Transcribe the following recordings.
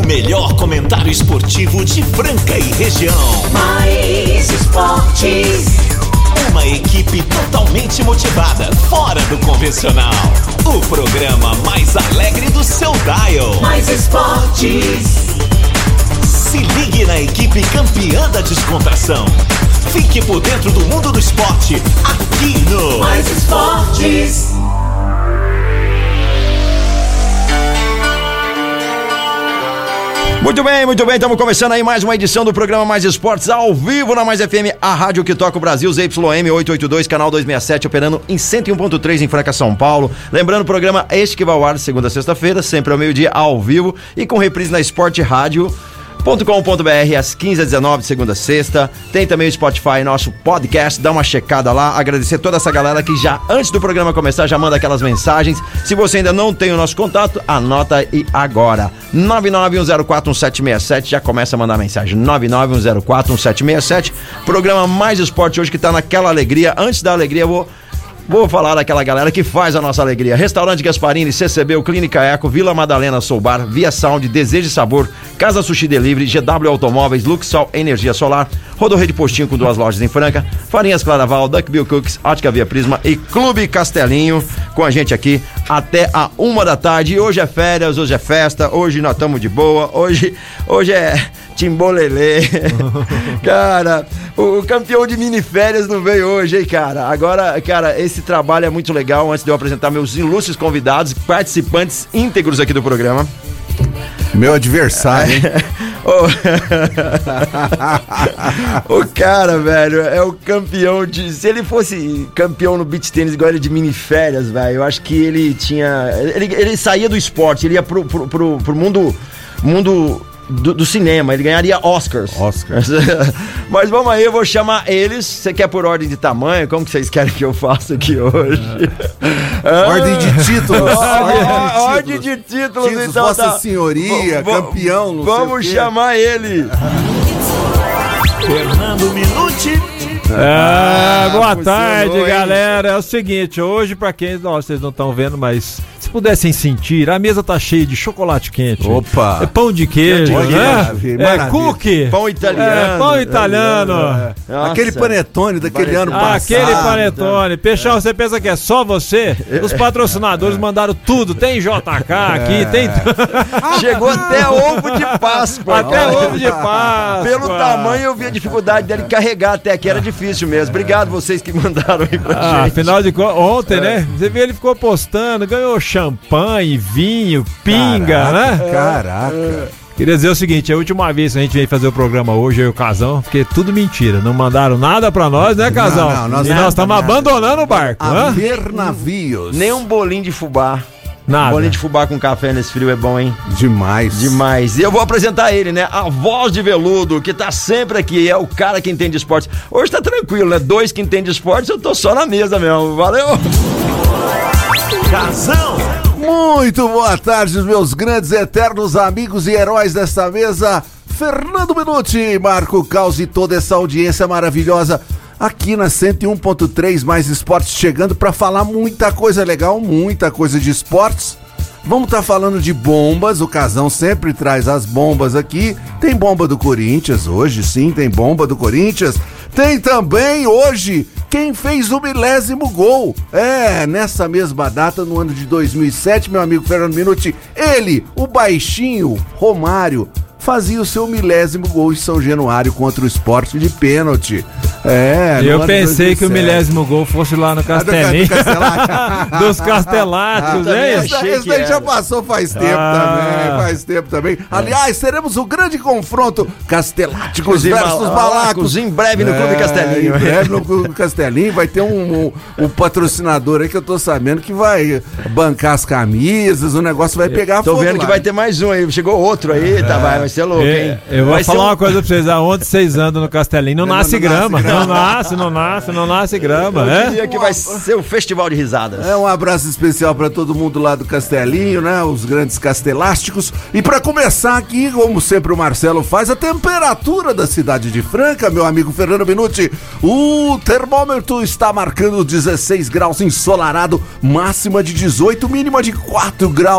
O melhor comentário esportivo de Franca e região. Mais Esportes. Uma equipe totalmente motivada, fora do convencional. O programa mais alegre do seu dial. Mais Esportes. Se ligue na equipe campeã da descontração. Fique por dentro do mundo do esporte, aqui no Mais Esportes. Muito bem, estamos começando aí mais uma edição do programa Mais Esportes ao vivo na Mais FM, a rádio que toca o Brasil, ZYM 882, canal 267, operando em 101.3 em Franca, São Paulo. Lembrando, o programa este que vai ao ar de segunda a sexta-feira, sempre ao meio-dia, ao vivo e com reprise na Esporte Rádio.com.br às 15h19 de segunda a sexta. Tem também o Spotify, nosso podcast, dá uma checada lá. Agradecer toda essa galera que já antes do programa começar já manda aquelas mensagens. Se você ainda não tem o nosso contato, anota aí agora, 991041767, já começa a mandar mensagem, 991041767. Programa Mais Esporte hoje que tá naquela alegria. Antes da alegria eu Vou falar daquela galera que faz a nossa alegria. Restaurante Gasparini, CCB, Clínica Eco, Vila Madalena Soubar, Via Sound, Desejo e Sabor, Casa Sushi Delivery, GW Automóveis, Luxol Energia Solar, Rodorreio de Postinho com 2 lojas em Franca, Farinhas Claraval, Duckbill Cooks, Ótica Via Prisma e Clube Castelinho com a gente aqui até a 1 da tarde. E hoje é férias, hoje é festa, hoje nós estamos de boa, hoje é Timbolelê. Cara, o campeão de mini férias não veio hoje, hein, cara? Agora, cara, esse trabalho é muito legal. Antes de eu apresentar meus ilustres convidados, participantes íntegros aqui do programa. Meu adversário, hein? O cara, velho, é o campeão de... Se ele fosse campeão no beach tênis igual ele de mini férias, velho, eu acho que ele tinha... Ele saía do esporte, ele ia pro mundo do cinema, ele ganharia Oscars. Mas vamos aí, eu vou chamar eles. Você quer por ordem de tamanho? Como que vocês querem que eu faça aqui hoje? Ordem de títulos. Ordem de títulos, então. Vossa Senhoria, campeão, não vamos chamar ele. Fernando Minuti. Boa tarde, galera. É o seguinte, hoje, pra quem vocês não estão vendo, mas se pudessem sentir, a mesa tá cheia de chocolate quente. Opa! É pão de queijo, né? É cookie. Pão italiano. Pão italiano. Aquele panetone daquele ano passado. Aquele panetone. Peixão, você pensa que é só você? Os patrocinadores mandaram tudo. Tem JK aqui, tem... Chegou até ovo de Páscoa. Até ovo de Páscoa. Pelo tamanho eu vi a dificuldade dele carregar até aqui, era difícil mesmo. Obrigado vocês que mandaram aí pra gente. Afinal de contas, ontem, né? Você viu, ele ficou postando, ganhou champanhe, vinho, pinga, né? Caraca. Queria dizer o seguinte, a última vez que a gente veio fazer o programa hoje, eu e o Casão, porque é tudo mentira, não mandaram nada pra nós, né, Casão? Não, e nós estamos abandonando o barco, a ver navios. Nem um bolinho de fubá. Nada. Bolinho de fubá com café nesse frio é bom, hein? Demais. E eu vou apresentar ele, né? A voz de veludo, que tá sempre aqui, é o cara que entende esportes. Hoje tá tranquilo, né? 2 que entendem esportes, eu tô só na mesa mesmo. Valeu! Casão. Muito boa tarde, meus grandes, eternos amigos e heróis desta mesa. Fernando Minuti, Marco Caos e toda essa audiência maravilhosa aqui na 101.3 Mais Esportes, chegando para falar muita coisa legal, muita coisa de esportes. Vamos estar falando de bombas, o Casão sempre traz as bombas aqui. Tem bomba do Corinthians hoje, sim, tem bomba do Corinthians. Tem também hoje quem fez o 1000º gol. Nessa mesma data, no ano de 2007, meu amigo Fernando Minuti, ele, o baixinho Romário, fazia o seu 1000º gol em São Januário contra o Sport de pênalti. Eu pensei que o 1000º gol fosse lá no Castelinho. Dos Casteláticos, hein? Esse daí já passou faz tempo também. Aliás, teremos o grande confronto Casteláticos versus Balacos. Em breve no Clube Castelinho. Em breve no Clube Castelinho vai ter um patrocinador aí que eu tô sabendo que vai bancar as camisas, o negócio vai pegar fogo. Tô vendo que vai ter mais um aí, chegou outro aí, vai ser louco, hein? Eu vou falar uma coisa pra vocês, aonde vocês andam no Castelinho, não nasce grama. Não nasce grama, né? Eu diria que vai ser um festival de risadas. Um abraço especial pra todo mundo lá do Castelinho, né? Os grandes castelásticos. E pra começar aqui, como sempre o Marcelo faz, a temperatura da cidade de Franca, meu amigo Fernando Minuti. O termômetro está marcando 16 graus ensolarado, máxima de 18, mínima de 4 graus.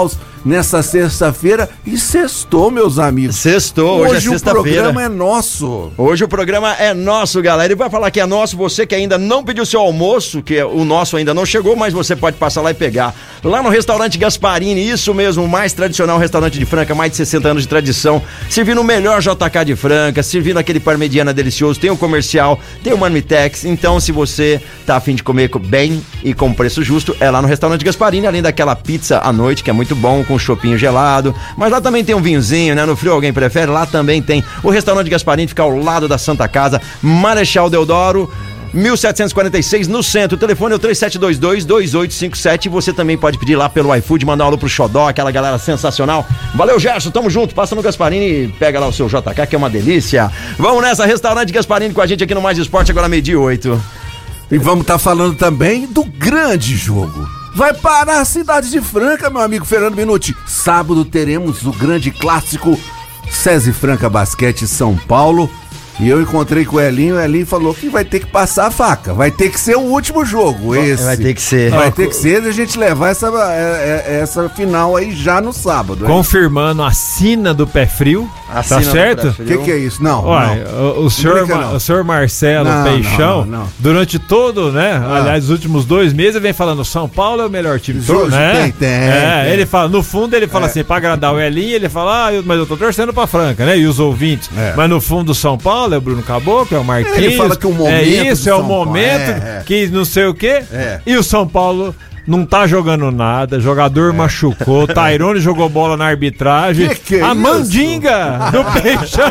nessa sexta-feira e sextou, meus amigos. Sextou, hoje é sexta-feira. O programa é nosso. Hoje o programa é nosso, galera. E vai falar que é nosso, você que ainda não pediu seu almoço, que o nosso ainda não chegou, mas você pode passar lá e pegar. Lá no restaurante Gasparini, isso mesmo, o mais tradicional restaurante de Franca, mais de 60 anos de tradição, servindo o melhor JK de Franca, servindo aquele parmegiana delicioso, tem o comercial, tem o marmitex. Então, se você tá a fim de comer bem e com preço justo, é lá no restaurante Gasparini, além daquela pizza à noite, que é muito bom, com chopinho gelado, mas lá também tem um vinhozinho, né? No frio alguém prefere, lá também tem. O restaurante Gasparini fica ao lado da Santa Casa, Marechal Deodoro, 1746 no centro. O telefone é o 3722-2857. Você também pode pedir lá pelo iFood, mandar um alô pro Xodó, aquela galera sensacional. Valeu, Gerson, tamo junto. Passa no Gasparini e pega lá o seu JK, que é uma delícia. Vamos nessa, restaurante Gasparini com a gente aqui no Mais Esporte, agora 12:08. E vamos estar falando também do grande jogo. Vai parar a cidade de Franca, meu amigo Fernando Minuti. Sábado teremos o grande clássico SESI Franca Basquete São Paulo. E eu encontrei com o Elinho falou que vai ter que passar a faca. Vai ter que ser o último jogo, esse. Vai ter que ser. Vai ter que ser a gente levar essa final aí já no sábado. Confirmando a sina do pé frio, tá certo? O que é isso? Não, olha, não. O senhor Marcelo Peixão, não. Durante todo, né? Aliás, os últimos 2 meses, ele vem falando, São Paulo é o melhor time. Né? Tem. Ele fala, no fundo, ele fala assim, pra agradar o Elinho, ele fala, mas eu tô torcendo pra Franca, né? E os ouvintes. Mas no fundo, São Paulo é o Bruno Caboclo, é o Marquinhos. Ele fala que o momento é isso, é o momento que não sei o quê. E o São Paulo não tá jogando nada, jogador machucou, Tairone jogou bola na arbitragem, que a isso? mandinga do Peixão.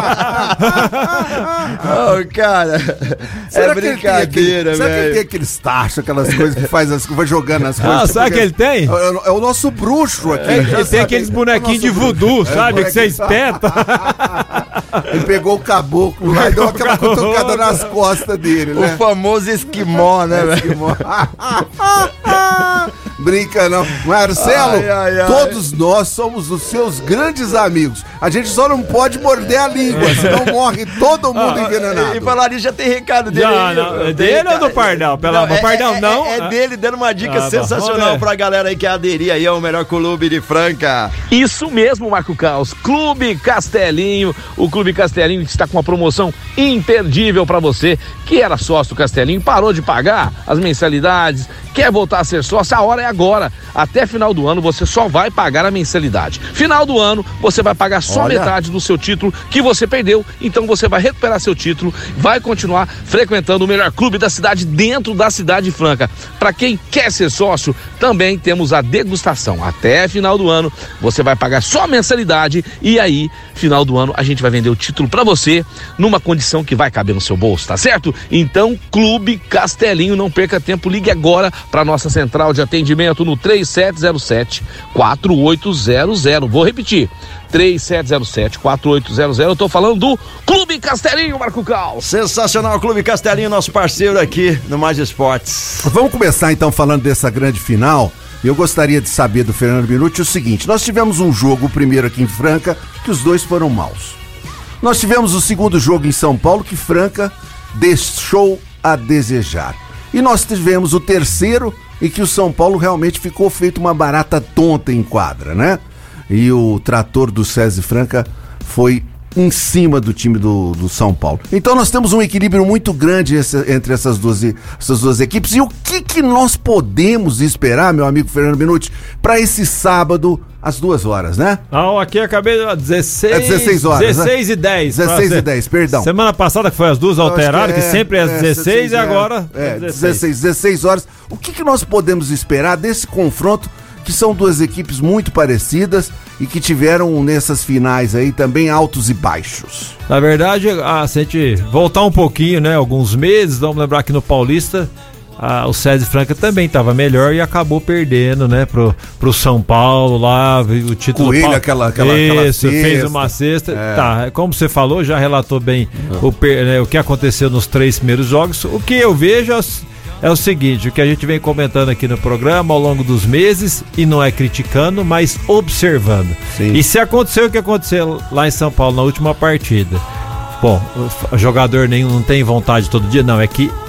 Cara, será brincadeira, velho. Será que ele tem aqueles tachos, aquelas coisas que vai jogando as coisas? Sabe que ele tem? É o nosso bruxo aqui. Ele tem aqueles bonequinhos de voodoo, sabe? Que você espeta. Ele pegou o caboclo lá e deu aquela cutucada nas costas dele, né? O famoso esquimó, né, velho? Brinca não. Marcelo, todos nós somos os seus grandes amigos. A gente só não pode morder a língua, senão morre todo mundo envenenado. E falar isso já tem recado dele. Não, dele ou do Pardal? Pardal não. É dele dando uma dica sensacional pra galera aí que aderir aí ao melhor clube de Franca. Isso mesmo, Marco Caos. Clube Castelinho. O Clube Castelinho está com uma promoção imperdível pra você que era sócio do Castelinho, parou de pagar as mensalidades, quer voltar a ser sócio, a hora é agora. Até final do ano você só vai pagar a mensalidade. Final do ano você vai pagar só metade do seu título que você perdeu. Então você vai recuperar seu título, vai continuar frequentando o melhor clube da cidade dentro da cidade de Franca. Para quem quer ser sócio, também temos a degustação. Até final do ano você vai pagar só a mensalidade e aí, final do ano, a gente vai vender o título para você numa condição que vai caber no seu bolso, tá certo? Então, Clube Castelinho, não perca tempo, ligue agora para nossa central de atendimento no 3707-4800. Vou repetir, 3707-4800. Eu tô falando do Clube Castelinho, Marco Cal. Sensacional, Clube Castelinho, nosso parceiro aqui no Mais Esportes. Vamos começar então falando dessa grande final. Eu gostaria de saber do Fernando Minuti o seguinte: nós tivemos um jogo, o primeiro aqui em Franca, que os dois foram maus. Nós tivemos o segundo jogo em São Paulo, que Franca deixou a desejar. E nós tivemos o terceiro, em que o São Paulo realmente ficou feito uma barata tonta em quadra, né? E o trator do SESI Franca foi em cima do time do São Paulo. Então nós temos um equilíbrio muito grande entre essas duas equipes. E o que nós podemos esperar, meu amigo Fernando Minuti, para esse sábado às 2h, né? Não, aqui acabei de 16 horas. 16 e 10. 16 e 10, perdão. Semana passada que foi às 2 alteradas, que sempre é às 16 e agora 16 horas. O que nós podemos esperar desse confronto, que são duas equipes muito parecidas e que tiveram nessas finais aí também altos e baixos? Na verdade, se a gente voltar um pouquinho, né, alguns meses, vamos lembrar que no Paulista o SESI Franca também estava melhor e acabou perdendo, né, pro São Paulo lá, o título. Coelho, aquela fez uma cesta. Tá, como você falou, já relatou bem o que aconteceu nos 3 primeiros jogos. O que eu vejo é o seguinte, o que a gente vem comentando aqui no programa ao longo dos meses, e não é criticando, mas observando. Sim. E se aconteceu o que aconteceu lá em São Paulo na última partida, bom, o jogador nenhum não tem vontade todo dia, não, é que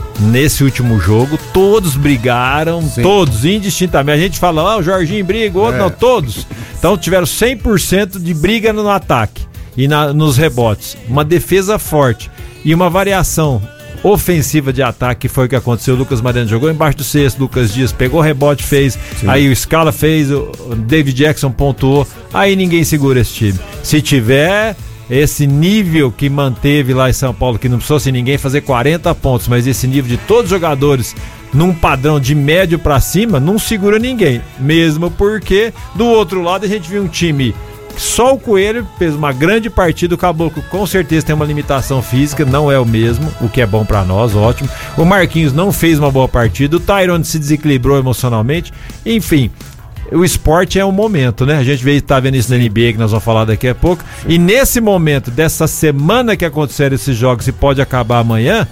nesse último jogo, todos brigaram, todos, indistintamente. A gente fala, o Jorginho briga, o outro não, todos. Então tiveram 100% de briga no ataque e nos rebotes. Uma defesa forte e uma variação ofensiva de ataque, que foi o que aconteceu. O Lucas Mariano jogou embaixo do cesto, Lucas Dias pegou rebote, fez, aí o Scala fez, o David Jackson pontuou, aí ninguém segura esse time. Se tiver esse nível que manteve lá em São Paulo, que não precisou sem ninguém fazer 40 pontos, mas esse nível de todos os jogadores num padrão de médio pra cima, não segura ninguém, mesmo porque do outro lado a gente viu um time. Só o Coelho fez uma grande partida, o Caboclo com certeza tem uma limitação física, não é o mesmo, o que é bom pra nós, ótimo. O Marquinhos não fez uma boa partida, o Tyrone se desequilibrou emocionalmente, enfim. O esporte é um momento, né? A gente tá vendo isso na NBA, que nós vamos falar daqui a pouco. E nesse momento, dessa semana que aconteceram esses jogos e pode acabar amanhã,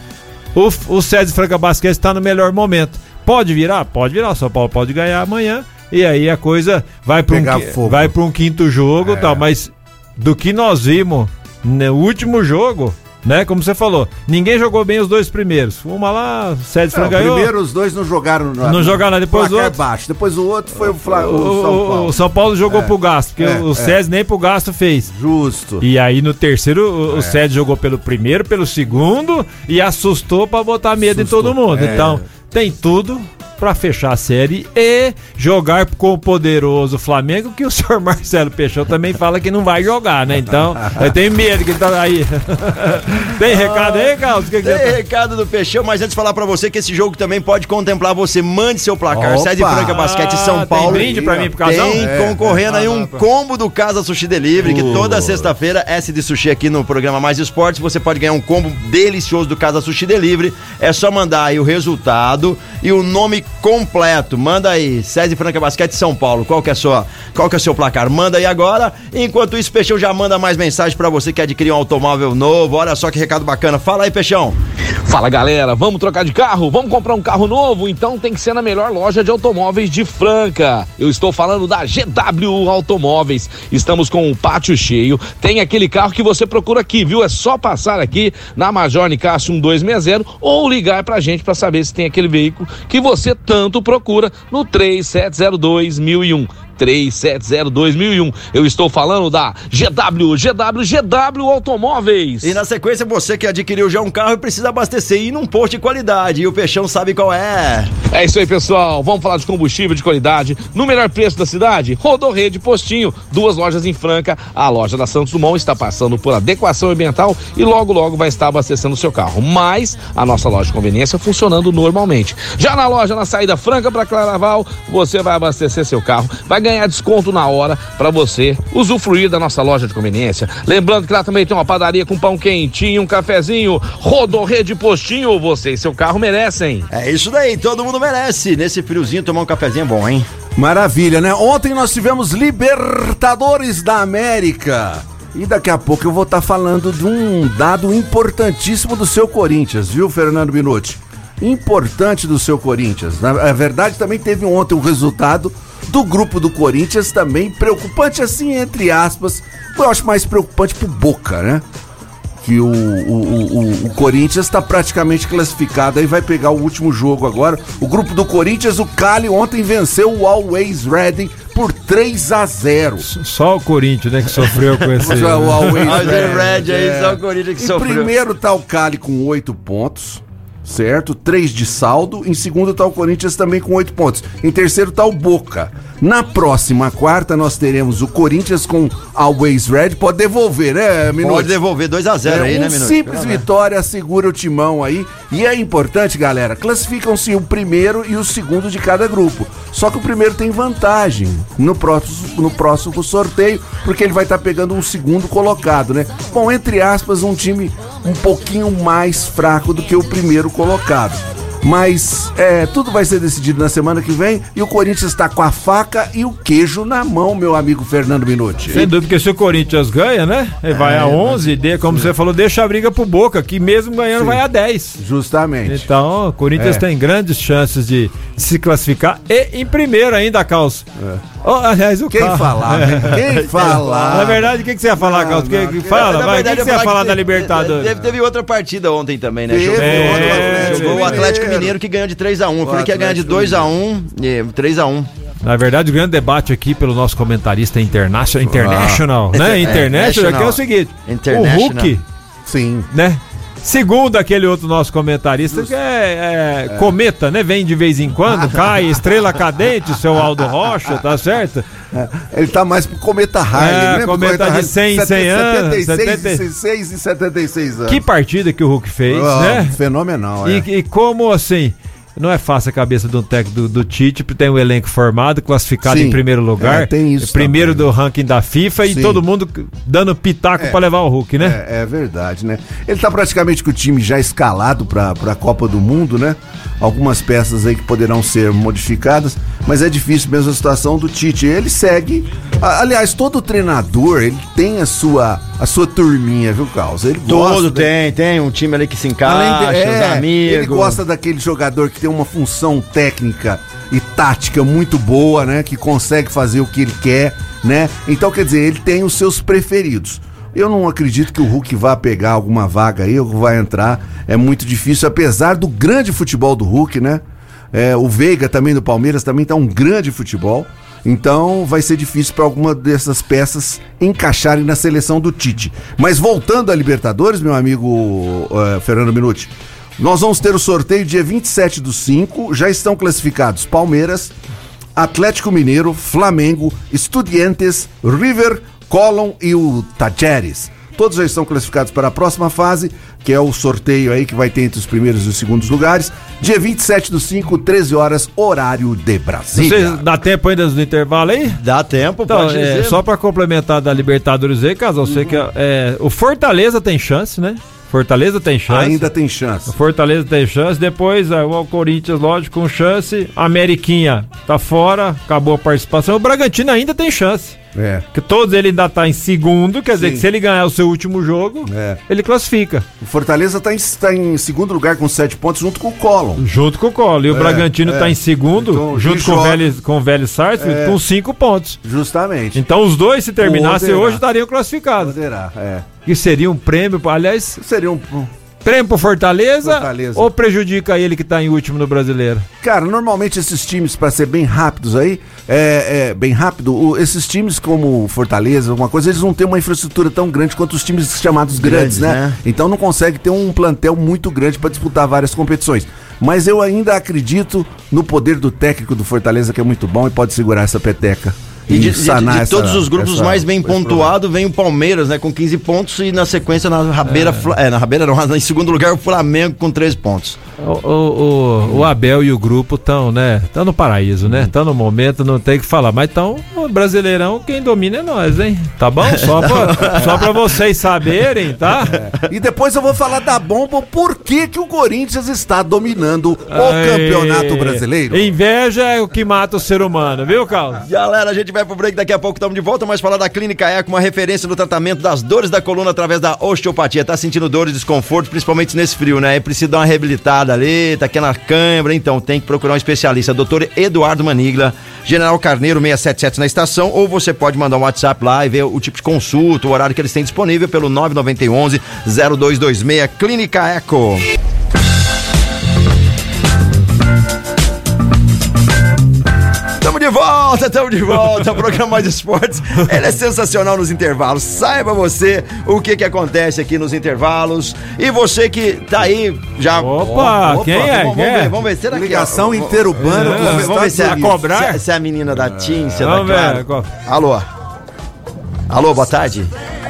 o César Franca Basquete está no melhor momento. Pode virar? Pode virar. O São Paulo pode ganhar amanhã. E aí a coisa vai para um quinto jogo, tal, mas do que nós vimos no último jogo, né? Como você falou, ninguém jogou bem os dois primeiros. Uma lá, o César Franca ganhou. Primeiro os dois não jogaram. Não jogaram, depois o outro. Baixo. Depois o outro foi o São Paulo. O São Paulo jogou pro gasto, porque o César nem pro gasto fez. Justo. E aí no terceiro, o César jogou pelo primeiro, pelo segundo e assustou pra botar medo em todo mundo. Então, tem tudo pra fechar a série e jogar com o poderoso Flamengo, que o senhor Marcelo Peixoto também fala que não vai jogar, né? Então, eu tenho medo que ele tá aí. Tem recado aí, Carlos? Tem recado do Peixão, mas antes de falar pra você que esse jogo também pode contemplar você, mande seu placar. César Franca Basquete São Paulo. Tem brinde pra mim pro casal? Tem concorrendo aí um combo do Casa Sushi Delivery, que toda sexta-feira é de sushi aqui no programa Mais Esportes. Você pode ganhar um combo delicioso do Casa Sushi Delivery. É só mandar aí o resultado e o nome completo. Manda aí, César Franca Basquete São Paulo. Qual que é o seu placar? Manda aí agora. Enquanto isso, Peixão já manda mais mensagem pra você que adquirir um automóvel novo. Olha só que recado bacana. Fala aí, Peixão. Fala, galera, vamos trocar de carro? Vamos comprar um carro novo? Então tem que ser na melhor loja de automóveis de Franca. Eu estou falando da GW Automóveis. Estamos com um pátio cheio. Tem aquele carro que você procura aqui, viu? É só passar aqui na Major Nicásio 1260 ou ligar pra gente pra saber se tem aquele veículo que você tanto procura no 3702-1001. 3702-1001. Eu estou falando da GW Automóveis. E na sequência, você que adquiriu já um carro e precisa abastecer e ir num posto de qualidade. E o Peixão sabe qual é. É isso aí, pessoal. Vamos falar de combustível de qualidade no melhor preço da cidade. Rodorrede Postinho. 2 lojas em Franca. A loja da Santos Dumont está passando por adequação ambiental e logo vai estar abastecendo o seu carro. Mas a nossa loja de conveniência funcionando normalmente. Já na loja, na saída Franca para Claraval, você vai abastecer seu carro, vai ganhar desconto na hora para você usufruir da nossa loja de conveniência. Lembrando que lá também tem uma padaria com pão quentinho, um cafezinho. Rodorrede Postinho, você e seu carro merecem. É isso daí, todo mundo merece. Nesse friozinho tomar um cafezinho é bom, hein? Maravilha, né? Ontem nós tivemos Libertadores da América. E daqui a pouco eu vou estar falando de um dado importantíssimo do seu Corinthians, viu, Fernando Minuti? Importante do seu Corinthians. Na verdade, também teve ontem um resultado do grupo do Corinthians também preocupante, assim, entre aspas. Eu acho mais preocupante pro Boca, né? Que o Corinthians está praticamente classificado, aí vai pegar o último jogo agora. O grupo do Corinthians, o Cali ontem venceu o Always Ready por 3-0. Só o Corinthians, né, que sofreu com esse... O Always Ready aí, só o Corinthians que sofreu. Em primeiro tá o Cali com 8 pontos. Certo? 3 de saldo. Em segundo tá o Corinthians também com 8 pontos. Em terceiro tá o Boca. Na próxima quarta nós teremos o Corinthians com Always Red. Pode devolver, né, Minuto? Pode devolver 2-0 aí, né, Minuto? Simples vitória segura o timão aí. E é importante, galera, classificam-se o primeiro e o segundo de cada grupo. Só que o primeiro tem vantagem no próximo sorteio, porque ele vai estar pegando um segundo colocado, né? Bom, entre aspas, um time um pouquinho mais fraco do que o primeiro colocado. Mas tudo vai ser decidido na semana que vem e o Corinthians está com a faca e o queijo na mão, meu amigo Fernando Minuti. Sem dúvida que se o Corinthians ganha, né? Ele vai a 11, como você falou, deixa a briga pro Boca, que mesmo ganhando vai a 10. Justamente. Então, o Corinthians tem grandes chances de se classificar e em primeiro ainda, Carlos. Aliás, Quem falar? falar? Na verdade, o que você ia falar, Carlos? Fala, vai. O que você ia falar da Libertadores? Teve outra partida ontem também, né? Jogou o Atlético Mineiro que ganhou de 3-1. Eu falei que ia ganhar de 2-1 e 3-1. Na verdade, o grande debate aqui pelo nosso comentarista international, né? International, que é o seguinte: o Hulk, sim, né? Segundo aquele outro nosso comentarista, que é cometa, né? Vem de vez em quando, cai, estrela cadente, seu Aldo Rocha, tá certo? Ele tá mais pro cometa Harley, né? Cometa de 100 anos. 76 e 76 anos. Que partida que o Hulk fez, né? Fenomenal, E como assim... Não é fácil a cabeça de um técnico do Tite, porque tem um elenco formado, classificado em primeiro lugar. Tem isso primeiro também, do ranking da FIFA e todo mundo dando pitaco pra levar o Hulk, né? É verdade, né? Ele tá praticamente com o time já escalado pra Copa do Mundo, né? Algumas peças aí que poderão ser modificadas, mas é difícil mesmo a situação do Tite. Ele segue... Aliás, todo treinador, ele tem a sua turminha, viu, Carlos? Ele gosta... Tem um time ali que se encaixa, os amigos. Ele gosta daquele jogador que tem uma função técnica e tática muito boa, né? Que consegue fazer o que ele quer, né? Então, quer dizer, ele tem os seus preferidos. Eu não acredito que o Hulk vá pegar alguma vaga aí, ou vai entrar. É muito difícil, apesar do grande futebol do Hulk, né? O Veiga também do Palmeiras também tá um grande futebol. Então vai ser difícil para alguma dessas peças encaixarem na seleção do Tite. Mas voltando à Libertadores, meu amigo Fernando Minuti, nós vamos ter o sorteio dia 27/5. Já estão classificados Palmeiras, Atlético Mineiro, Flamengo, Estudiantes, River, Colón e o Tajeres. Todos já estão classificados para a próxima fase, que é o sorteio aí que vai ter entre os primeiros e os segundos lugares. Dia 27/5, 13 horas, horário de Brasília. Dá tempo ainda do intervalo aí? Dá tempo, então, pode dizer. Só para complementar da Libertadores aí, Casal, sei que o Fortaleza tem chance, né? Fortaleza tem chance. Ainda tem chance. O Fortaleza tem chance. Depois o Corinthians, lógico, com chance. A Ameriquinha tá fora, acabou a participação. O Bragantino ainda tem chance. Que todos ele ainda tá em segundo, quer dizer que se ele ganhar o seu último jogo, ele classifica. O Fortaleza tá em segundo lugar com 7 pontos junto com o Colón. E o Bragantino tá em segundo, então, junto com o Vélez Sarsfield, com 5 pontos. Justamente. Então os dois, se terminassem hoje, estariam classificados. Poderá, Que seria um prêmio, aliás... Seria um... Prêmio pro Fortaleza ou prejudica ele que tá em último no Brasileiro? Cara, normalmente esses times, para ser bem rápidos aí, bem rápido, esses times como Fortaleza, alguma coisa, eles não têm uma infraestrutura tão grande quanto os times chamados grandes, né? Então não consegue ter um plantel muito grande para disputar várias competições. Mas eu ainda acredito no poder do técnico do Fortaleza, que é muito bom e pode segurar essa peteca. E de todos os grupos mais bem pontuados, vem o Palmeiras, né, com 15 pontos e na sequência na rabeira, em segundo lugar o Flamengo com 13 pontos. O Abel e o grupo estão, né, estão no paraíso, né, estão no momento, não tem o que falar, mas estão, o Brasileirão, quem domina é nós, hein, tá bom? Só pra vocês saberem, tá? E depois eu vou falar da bomba, por que o Corinthians está dominando o Campeonato Brasileiro. Inveja é o que mata o ser humano, viu, Carlos? Galera, a gente vai pro break, daqui a pouco estamos de volta, mas falar da Clínica Eco, uma referência no tratamento das dores da coluna através da osteopatia. Tá sentindo dores, desconforto, principalmente nesse frio, né? É preciso dar uma reabilitada ali, tá aqui na câimbra, então tem que procurar um especialista, Dr. Eduardo Manigla, General Carneiro 677 na estação, ou você pode mandar um WhatsApp lá e ver o tipo de consulta, o horário que eles têm disponível pelo 9911-0226, Clínica Eco. Estamos de volta, o programa Mais Esportes, ele é sensacional nos intervalos, saiba você o que acontece aqui nos intervalos, e você que tá aí já... Opa, quem é? Vamos ver, será que... Ligação interurbana, vamos ver se é a cobrar? Se é a menina da TIM, se é da Claro. Alô, boa tarde.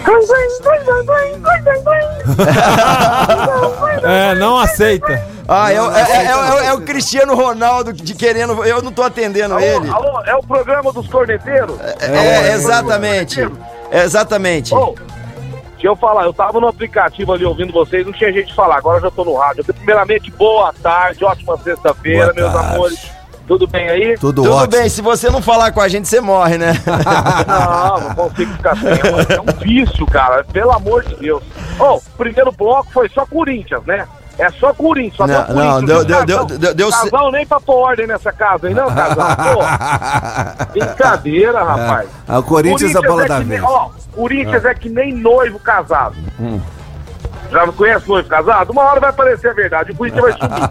Não aceita. É o Cristiano Ronaldo de querendo. Eu não tô atendendo ele. Alô, é o programa dos corneteiros? Exatamente. Exatamente. Te eu falar, eu tava no aplicativo ali ouvindo vocês, não tinha gente falar, agora eu já tô no rádio. Primeiramente, boa tarde, ótima sexta-feira, meus amores. Tudo bem aí? Tudo ótimo. Bem, se você não falar com a gente, você morre, né? Não consigo ficar sem. É um vício, cara, pelo amor de Deus. O primeiro bloco foi só Corinthians, né? É só Corinthians, só deu Corinthians. Deu casal nem pra pôr ordem nessa casa, hein, não, casal? Pô, brincadeira, rapaz. O Corinthians é a bola da vez. Corinthians é que nem noivo casado. Já não conhece noivo casado? Uma hora vai aparecer a verdade, o Corinthians vai subir.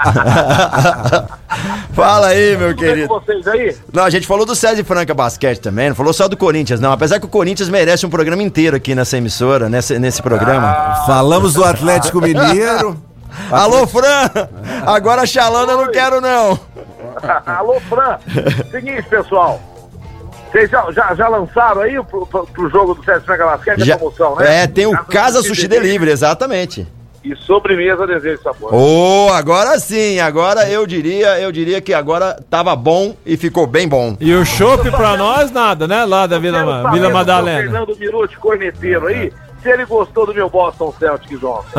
Fala aí, meu querido. Vocês aí? Não, a gente falou do César Franca Basquete também, não falou só do Corinthians, não. Apesar que o Corinthians merece um programa inteiro aqui nessa emissora, nesse programa. Falamos do Atlético Mineiro. Alô, Fran! Agora a Xalana eu não quero, não. Alô, Fran! Seguinte, pessoal. Vocês já lançaram aí pro jogo do César Franca Basquete a promoção, né? É, tem o Casa Sushi Delivery, exatamente. E sobremesa Desejo Sabor. Agora sim, agora eu diria que agora tava bom e ficou bem bom. E o chopp pra nós, nada, né? Lá da Vila Madalena. Fernando Minuti, corneteiro aí, se ele gostou do meu Boston Celtics ontem.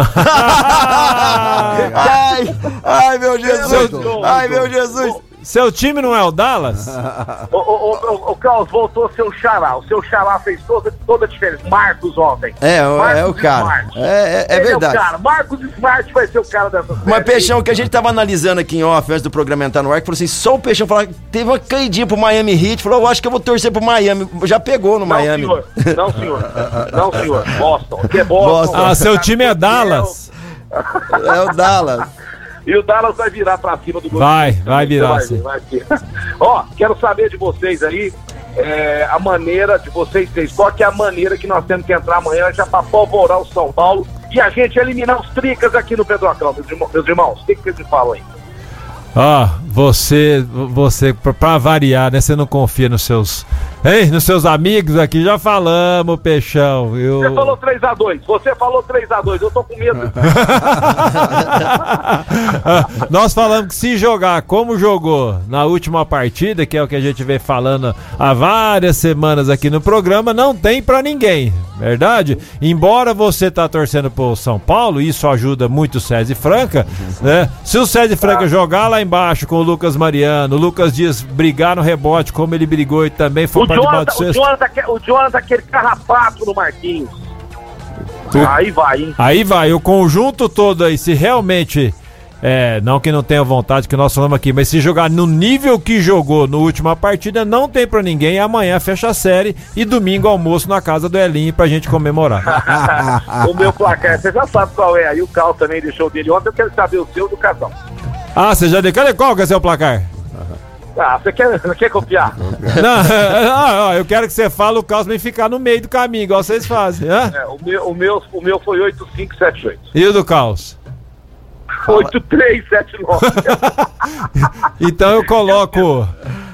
Ai, meu Jesus! Ai, meu Jesus! Seu time não é o Dallas? O Carlos voltou a ser o Xará. O seu Xará fez toda a diferença. Marcos ontem. É o cara. É verdade. É o cara. Marcos Smart vai ser o cara dessa série. Mas, Peixão, que a gente tava analisando aqui em off antes do programa entrar no ar, que falou assim, só o Peixão falou que teve uma caidinha pro Miami Heat, falou, eu acho que eu vou torcer pro Miami. Já pegou no Miami. Não, senhor. Boston. Aqui é Boston. Ah, seu time é Dallas. É o Dallas. E o Dallas vai virar pra cima do Vai virar, sim. Quero saber de vocês aí, a maneira de vocês três. Qual que é a maneira que nós temos que entrar amanhã já pra pavorar o São Paulo e a gente eliminar os tricas aqui no Pedrocão, meus irmãos? O que vocês me falam aí? Você, pra variar, né? Você não confia nos seus amigos aqui, já falamos, Peixão. Você falou 3-2, eu tô com medo. Nós falamos que se jogar como jogou na última partida, que é o que a gente vem falando há várias semanas aqui no programa, não tem pra ninguém, verdade? Embora você tá torcendo pro São Paulo, isso ajuda muito o César Franca, né? Se o César Franca jogar lá embaixo com o Lucas Mariano, o Lucas Dias brigar no rebote como ele brigou e também foi pra debaixo do cesto. O Jonathan aquele carrapato no Marquinhos. Aí vai, hein? Aí vai, o conjunto todo aí, se realmente, não que não tenha vontade, que nós falamos aqui, mas se jogar no nível que jogou na última partida, não tem pra ninguém, e amanhã fecha a série e domingo almoço na casa do Elinho pra gente comemorar. O meu placar, você já sabe qual é, aí o Cal também deixou dele ontem, eu quero saber o seu do casal. Você já declarou qual que é seu placar? Você quer copiar? Não, eu quero que você fale o Carlos vem ficar no meio do caminho, igual vocês fazem. O meu foi 8-5-7-8. E o do Carlos? 8-3-7-9. Então eu coloco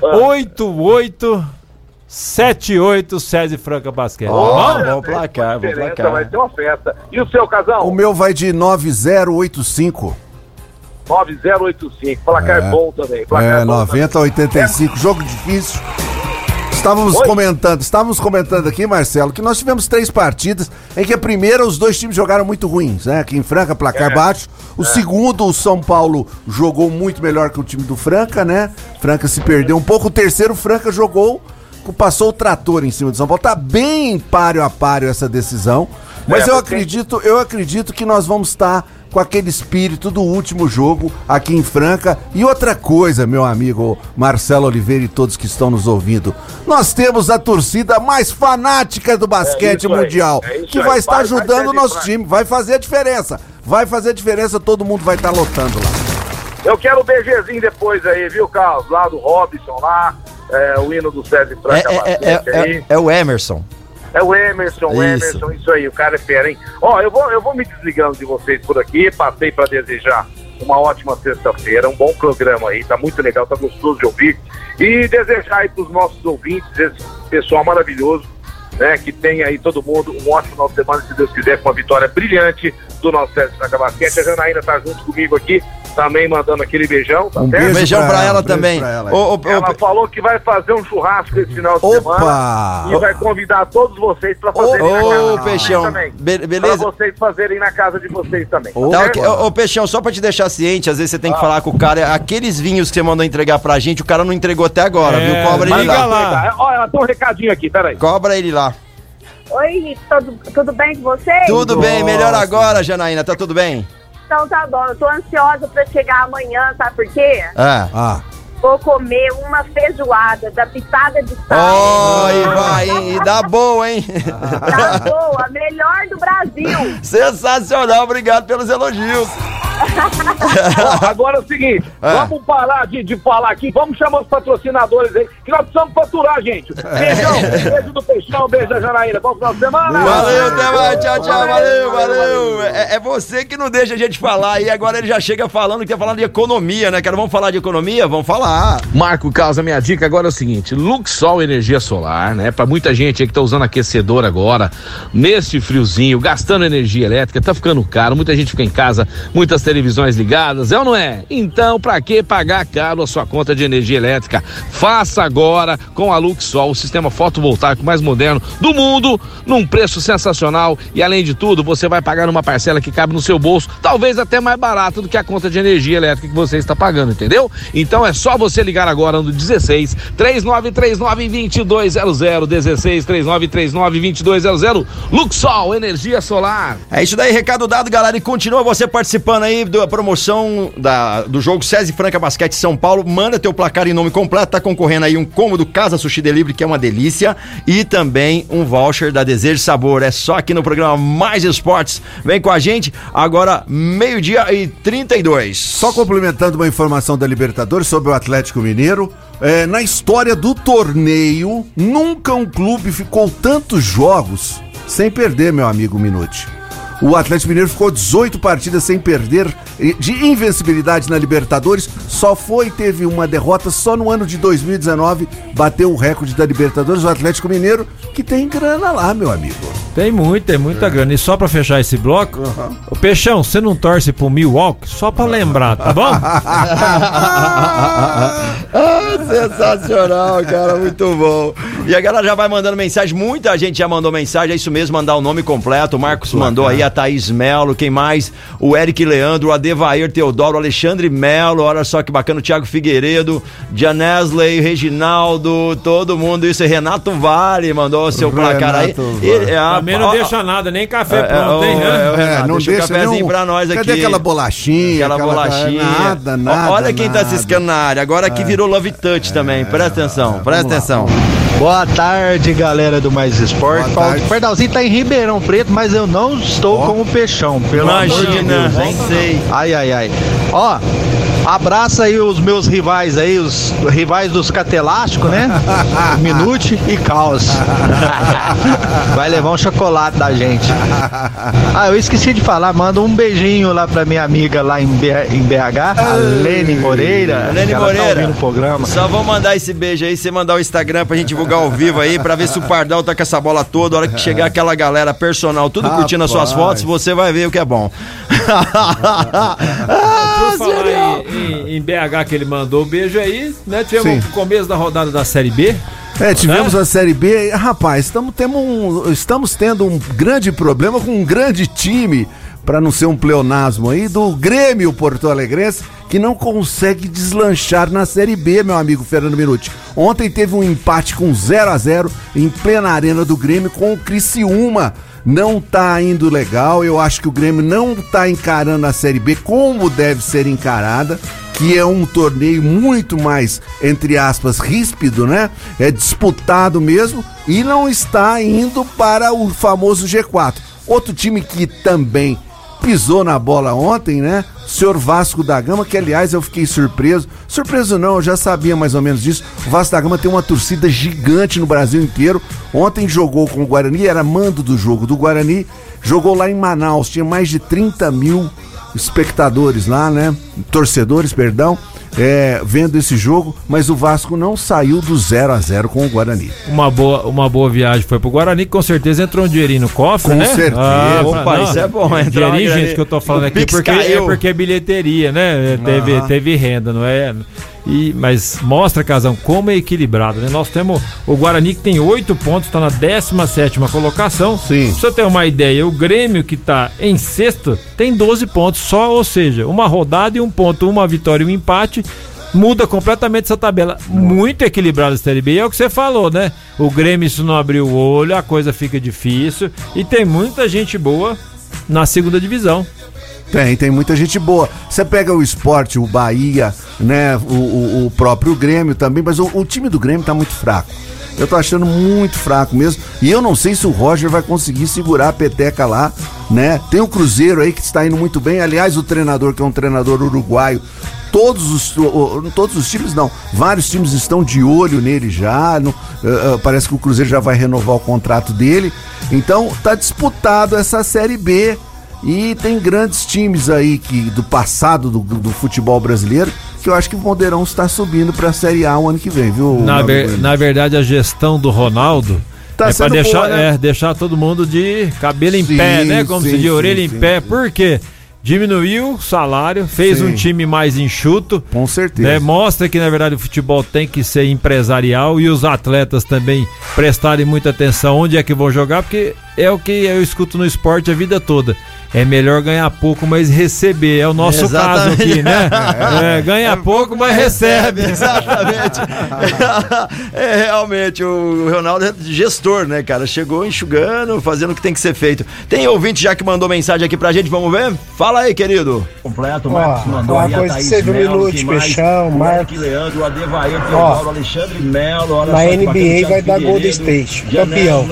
8-8-7-8 César Franca Basquete. Bom placar. Vai ter uma festa. E o seu, casal? O meu vai de 9085. 9085, placar bom também. 90-85, jogo difícil. Estávamos comentando aqui, Marcelo, que nós tivemos 3 partidas em que a primeira os dois times jogaram muito ruins, né? Aqui em Franca, placar baixo. O segundo, o São Paulo jogou muito melhor que o time do Franca, né? Franca se perdeu um pouco. O terceiro, Franca passou o trator em cima do São Paulo. Tá bem páreo a páreo essa decisão. Mas eu acredito que nós vamos estar com aquele espírito do último jogo aqui em Franca. E outra coisa, meu amigo Marcelo Oliveira e todos que estão nos ouvindo, nós temos a torcida mais fanática do basquete mundial, que vai estar ajudando o nosso time, vai fazer a diferença, todo mundo vai estar lotando lá. Eu quero um BGzinho depois aí, viu, Carlos? Lá do Robson, lá, o hino do César Franca Basquete aí. É o Emerson. É o Emerson, isso aí, o cara é fera, hein? Eu vou me desligando de vocês por aqui, passei para desejar uma ótima sexta-feira, um bom programa aí, tá muito legal, tá gostoso de ouvir, e desejar aí pros nossos ouvintes, esse pessoal maravilhoso, né, que tem aí todo mundo um ótimo final de semana, se Deus quiser, com uma vitória brilhante do nosso César Franca Basquete. A Janaína tá junto comigo aqui, também mandando aquele beijão, tá Um certo? Beijão pra ela também. Ela falou que vai fazer um churrasco esse final de semana e vai convidar todos vocês pra fazerem na casa Peixão, também. beleza? Pra vocês fazerem na casa de vocês também. Ô, Peixão, só pra te deixar ciente, às vezes você tem que falar com o cara, aqueles vinhos que você mandou entregar pra gente, o cara não entregou até agora, viu? Cobra ele lá. Olha, tem um recadinho aqui, peraí. Cobra ele lá. Oi, Henrique, tudo bem com vocês? Tudo bem, melhor agora, Janaína, tá tudo bem? Então tá bom, eu tô ansiosa pra chegar amanhã, sabe por quê? Vou comer uma feijoada da pitada de sal. E dá boa, hein? Tá boa, a melhor do Brasil. Sensacional, obrigado pelos elogios. Agora é o seguinte, vamos parar de falar aqui, vamos chamar os patrocinadores aí, que nós precisamos faturar, gente. Beijão, beijo do Peixão, beijo da Janaína, bom final de semana. Valeu, até mais, tchau, valeu. É você que não deixa a gente falar e agora ele já chega falando que tá falando de economia, né, cara? Vamos falar de economia? Vamos falar. Marco Caos, a minha dica agora é o seguinte, Luxol Energia Solar, né? Pra muita gente aí que tá usando aquecedor agora, neste friozinho, gastando energia elétrica, tá ficando caro, muita gente fica em casa, muitas televisões ligadas, é ou não é? Então, pra que pagar caro a sua conta de energia elétrica? Faça agora com a Luxol, o sistema fotovoltaico mais moderno do mundo, num preço sensacional e além de tudo, você vai pagar uma parcela que cabe no seu bolso, talvez até mais barato do que a conta de energia elétrica que você está pagando, entendeu? Então é só você ligar agora no 16 3939 2200, 16 3939 2200, Luxol Energia Solar. É isso daí, recado dado, galera, e continua você participando aí da promoção do jogo SESI Franca Basquete São Paulo. Manda teu placar em nome completo, tá concorrendo aí um cômodo Casa Sushi Delivery, que é uma delícia, e também um voucher da Desejo Sabor. É só aqui no programa Mais Esportes. Vem com a gente, agora 12:32. Só complementando uma informação da Libertadores sobre o Atlético Mineiro, na história do torneio, nunca um clube ficou tantos jogos sem perder, meu amigo Minuti. O Atlético Mineiro ficou 18 partidas sem perder, de invencibilidade na Libertadores, teve uma derrota só no ano de 2019, bateu o recorde da Libertadores, o Atlético Mineiro, que tem grana lá, meu amigo. Tem muita grana. E só pra fechar esse bloco, o Peixão, você não torce pro Milwaukee? Só pra lembrar, tá bom? Sensacional, cara, muito bom. E a galera já vai mandando mensagem, muita gente já mandou mensagem, é isso mesmo, mandar o nome completo. O Marcos mandou aí, a Thaís Melo, quem mais? O Eric Leandro, o Adevair Teodoro, o Alexandre Melo, olha só que bacana, o Thiago Figueiredo, Janesley, Reginaldo, todo mundo, isso, Renato Vale mandou o seu placar aí. Também não deixa nada, nem café pronto, hein? Renato, não deixa um cafezinho pra nós aqui. Cadê aquela bolachinha? Aquela bolachinha. Nada. Olha quem tá ciscando na área, agora aqui virou Love Touch também, presta atenção. Boa tarde, galera do Mais Esporte. O Pardalzinho tá em Ribeirão Preto, mas eu não estou com o Peixão, pelo amor de Deus, hein? Sei. Ai. Ó, abraça aí os meus rivais aí, os rivais dos Catelásticos, né? Minuti e Caos. Vai levar um chocolate da gente. Eu esqueci de falar, manda um beijinho lá pra minha amiga lá em BH, a Lene Moreira. Lene Moreira. Tá ouvindo o programa. Só vou mandar esse beijo aí, você mandar o Instagram pra gente divulgar ao vivo aí, pra ver se o Pardal tá com essa bola toda. A hora que chegar aquela galera personal, tudo curtindo as suas fotos, você vai ver o que é bom. Por falar em BH que ele mandou o beijo aí, né? Tivemos o começo da rodada da Série B. Tivemos a Série B. Rapaz, estamos tendo um grande problema com um grande time, para não ser um pleonasmo aí, do Grêmio Porto Alegrense, que não consegue deslanchar na Série B, meu amigo Fernando Minuti. Ontem teve um empate com 0-0 em plena arena do Grêmio com o Criciúma. Não tá indo legal, eu acho que o Grêmio não tá encarando a Série B como deve ser encarada, que é um torneio muito mais, entre aspas, ríspido, né? É disputado mesmo e não está indo para o famoso G4. Outro time que também pisou na bola ontem, né? O senhor Vasco da Gama, que aliás eu fiquei surpreso. Surpreso não, eu já sabia mais ou menos disso. O Vasco da Gama tem uma torcida gigante no Brasil inteiro. Ontem jogou com o Guarani, era mando do jogo do Guarani. Jogou lá em Manaus, tinha mais de 30 mil espectadores lá, né? Torcedores, perdão. vendo esse jogo, mas o Vasco não saiu do 0-0 com o Guarani. Uma boa viagem foi pro Guarani, com certeza entrou um dinheirinho no cofre, né? Com certeza. Opa, isso é bom. Dinheirinho, gente, que eu tô falando aqui, porque é bilheteria, né? Teve renda, não é? Mas mostra, Casão, como é equilibrado, né? Nós temos o Guarani que tem 8 pontos, tá na 17ª colocação. Sim. Pra você ter uma ideia, o Grêmio que tá em sexto tem 12 pontos só, ou seja, uma rodada e um ponto, uma vitória e um empate, muda completamente essa tabela. Muito equilibrada a Série B, é o que você falou, né? O Grêmio, se não abrir o olho, a coisa fica difícil e tem muita gente boa na segunda divisão. Tem muita gente boa. Você pega o Sport, o Bahia, né? O próprio Grêmio também, mas o time do Grêmio tá muito fraco. Eu tô achando muito fraco mesmo. E eu não sei se o Roger vai conseguir segurar a peteca lá, né? Tem o Cruzeiro aí que está indo muito bem. Aliás, o treinador, que é um treinador uruguaio, todos os times não, vários times estão de olho nele já. Parece que o Cruzeiro já vai renovar o contrato dele. Então tá disputado essa Série B. E tem grandes times aí do passado do futebol brasileiro que eu acho que poderão estar subindo para a Série A o ano que vem, viu? Na verdade, a gestão do Ronaldo tá para deixar todo mundo de cabelo em pé, né? Como se diz, orelha em pé. Por quê? Diminuiu o salário, fez um time mais enxuto. Com certeza. Né? Mostra que, na verdade, o futebol tem que ser empresarial e os atletas também prestarem muita atenção onde é que vão jogar, porque é o que eu escuto no esporte a vida toda. É melhor ganhar pouco, mas receber. É o nosso caso aqui, né? Ganha pouco, mas recebe. Exatamente. Realmente, o Ronaldo é gestor, né, cara? Chegou enxugando, fazendo o que tem que ser feito. Tem ouvinte já que mandou mensagem aqui pra gente, vamos ver? Fala aí, querido. Completo, Marcos mandou aí, a Thaís Melo, Peixão, Marcos, Leandro, o Adevair, Teodoro, Alexandre Melo. Na NBA vai dar Golden State, campeão.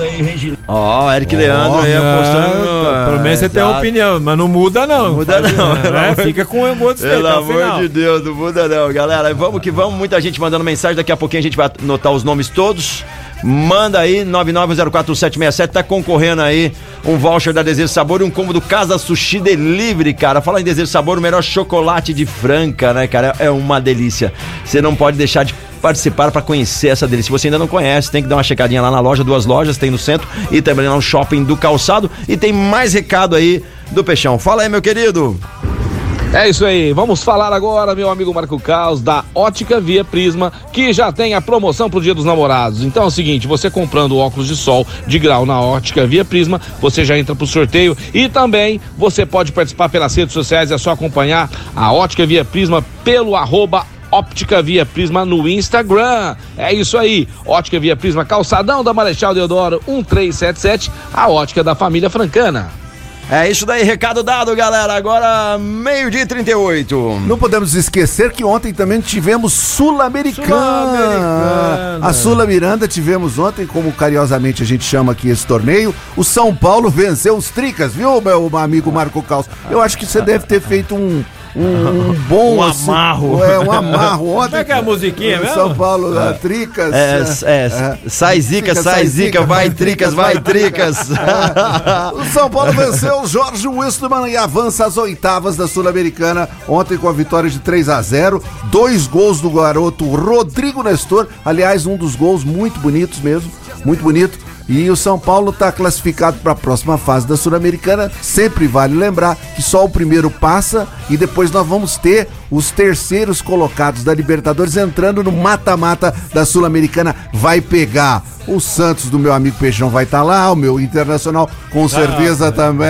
Eric Leandro aí apostando. Pelo menos você tem uma opinião, mas não muda não. Fica com o Golden State. Pelo amor de Deus, não muda não, galera. Vamos que vamos, muita gente mandando mensagem, daqui a pouquinho a gente vai anotar os nomes todos. Manda aí, 9904767, tá concorrendo aí um voucher da Desejo Sabor e um combo do Casa Sushi Delivery, cara. Fala em Desejo Sabor, o melhor chocolate de Franca, né, cara? É uma delícia. Você não pode deixar de participar para conhecer essa delícia. Se você ainda não conhece, tem que dar uma checadinha lá na loja, 2 lojas, tem no centro e também lá no shopping do Calçado. E tem mais recado aí do Peixão. Fala aí, meu querido. É isso aí, vamos falar agora, meu amigo Marco Caos, da Ótica Via Prisma, que já tem a promoção pro Dia dos Namorados. Então é o seguinte, você comprando óculos de sol de grau na Ótica Via Prisma, você já entra pro sorteio e também você pode participar pelas redes sociais, é só acompanhar a Ótica Via Prisma pelo @Óptica Via Prisma no Instagram. É isso aí, Ótica Via Prisma, Calçadão da Marechal Deodoro 1377, a ótica da família francana. É isso daí, recado dado, galera. Agora, 12:38. Não podemos esquecer que ontem também tivemos Sul-Americana. A Sula Miranda tivemos ontem, como carinhosamente a gente chama aqui esse torneio. O São Paulo venceu os Tricas, viu, meu amigo Marco Caos? Eu acho que você deve ter feito um bom amarro. Um amarro ontem. Como é que é a musiquinha mesmo? São Paulo, Tricas. Sai zica, vai Tricas, vai Tricas. O São Paulo venceu o Jorge Wilstermann e avança às oitavas da Sul-Americana, ontem com a vitória de 3-0, 2 gols do garoto Rodrigo Nestor, aliás, um dos gols muito bonitos mesmo, muito bonito. E o São Paulo está classificado para a próxima fase da Sul-Americana. Sempre vale lembrar que só o primeiro passa e depois nós vamos ter os terceiros colocados da Libertadores entrando no mata-mata da Sul-Americana. Vai pegar o Santos do meu amigo Peixão, vai estar lá, o meu Internacional com certeza também.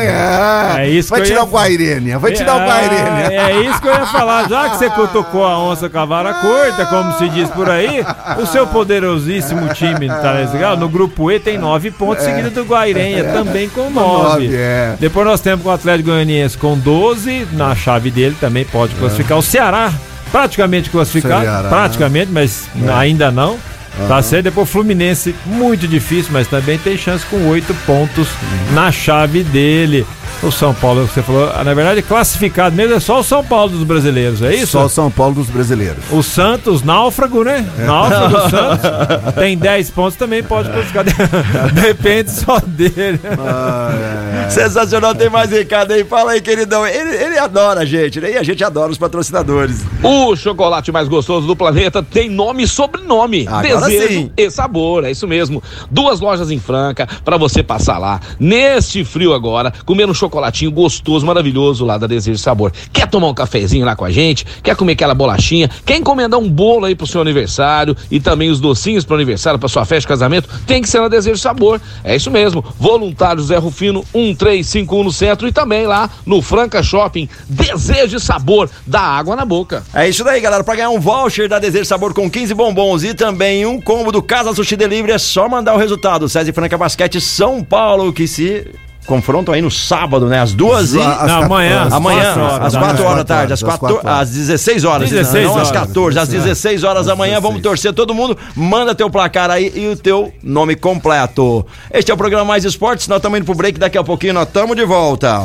É isso. Vai tirar o Guairênia, vai tirar o Guairênia. É isso que eu ia falar, já que você cutucou a onça com a vara curta, como se diz por aí, o seu poderosíssimo time, tá legal? No grupo E tem 9 pontos, seguido do Guairenha, também com 9. Depois nós temos o Atlético Goianiense com 12, na chave dele também pode classificar. O Ceará praticamente classificado, praticamente, mas ainda não. Tá certo, depois o Fluminense, muito difícil, mas também tem chance com 8 pontos na chave dele. O São Paulo, que você falou, na verdade, classificado mesmo é só o São Paulo dos brasileiros, é isso? Só o São Paulo dos brasileiros. O Santos, náufrago, né? Náufrago do Santos. Tem 10 pontos também, pode classificar. Depende só dele. Sensacional, tem mais recado aí. Fala aí, queridão. Ele adora a gente, né? E a gente adora os patrocinadores. O chocolate mais gostoso do planeta tem nome e sobrenome. Agora Desejo sim. e sabor, é isso mesmo. 2 lojas em Franca pra você passar lá neste frio agora, comendo um chocolatinho gostoso, maravilhoso lá da Desejo e Sabor. Quer tomar um cafezinho lá com a gente? Quer comer aquela bolachinha? Quer encomendar um bolo aí pro seu aniversário e também os docinhos pro aniversário, pra sua festa de casamento? Tem que ser na Desejo e Sabor. É isso mesmo. Voluntário Zé Rufino 1351 no centro e também lá no Franca Shopping. Desejo e Sabor, dá água na boca. É isso daí, galera. Pra ganhar um voucher da Desejo Sabor com 15 bombons e também um combo do Casa Sushi Delivery, é só mandar o resultado. César e Franca Basquete São Paulo, que se confrontam aí no sábado, né? Às 2 e... Amanhã, às 4 horas da tarde. Às 16 horas. 16 não horas. às 14. Às 16 horas da manhã. Vamos torcer todo mundo. Manda teu placar aí e o teu nome completo. Este é o programa Mais Esportes. Nós estamos indo pro break. Daqui a pouquinho nós estamos de volta.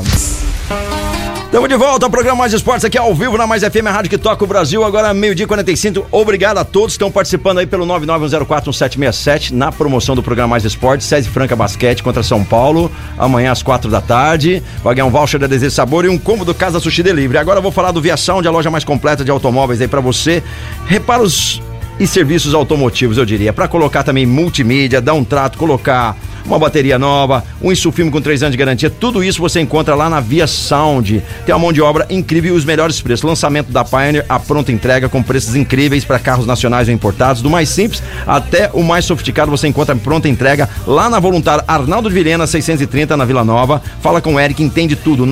Estamos de volta ao programa Mais Esportes aqui ao vivo na Mais FM, a rádio que toca o Brasil, agora 12:45. Obrigado a todos que estão participando aí pelo 991041767 na promoção do programa Mais Esportes. César e Franca Basquete contra São Paulo, amanhã às 4 da tarde. Vai ganhar um voucher da Desejo Sabor e um combo do Casa Sushi Delivery. Agora eu vou falar do Via Sound, a loja mais completa de automóveis aí pra você. Reparos e serviços automotivos, eu diria, para colocar também multimídia, dar um trato, colocar uma bateria nova, um insufilme com 3 anos de garantia, tudo isso você encontra lá na Via Sound. Tem uma mão de obra incrível e os melhores preços. Lançamento da Pioneer, a pronta entrega com preços incríveis para carros nacionais ou importados, do mais simples até o mais sofisticado você encontra pronta entrega lá na Voluntária Arnaldo de Vilhena 630 na Vila Nova. Fala com o Eric, entende tudo,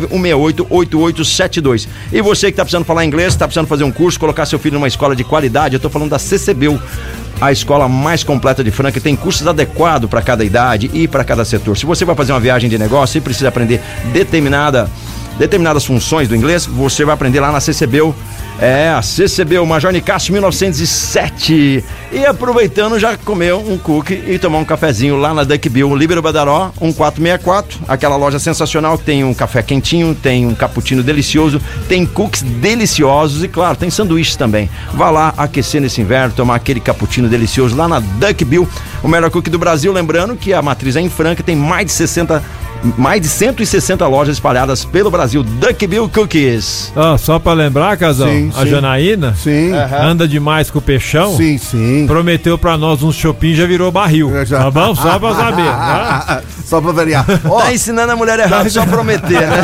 991688872. E você que tá precisando falar inglês, tá precisando fazer um curso, colocar seu filho numa escola de qualidade, eu tô falando da CCBU, a escola mais completa de Franca, tem cursos adequados para cada idade e para cada setor. Se você vai fazer uma viagem de negócio e precisa aprender determinadas funções do inglês, você vai aprender lá na CCBU. É, a CCBU, Major Nicásio 1907. E aproveitando, já comeu um cookie e tomar um cafezinho lá na Duck Bill, Líbero Badaró, 1464. Aquela loja sensacional que tem um café quentinho, tem um cappuccino delicioso, tem cookies deliciosos e, claro, tem sanduíches também. Vá lá aquecer nesse inverno, tomar aquele cappuccino delicioso lá na Duck Bill, o melhor cookie do Brasil. Lembrando que a matriz é em Franca, tem mais de 160 lojas espalhadas pelo Brasil. Duck Bill Cookies. Só pra lembrar, Casal, a Janaína anda demais com o Peixão. Sim. Prometeu pra nós um shopping, já virou barril. Tá bom? Só pra saber. Tá? Só pra variar. Tá ensinando a mulher errada só prometer, né?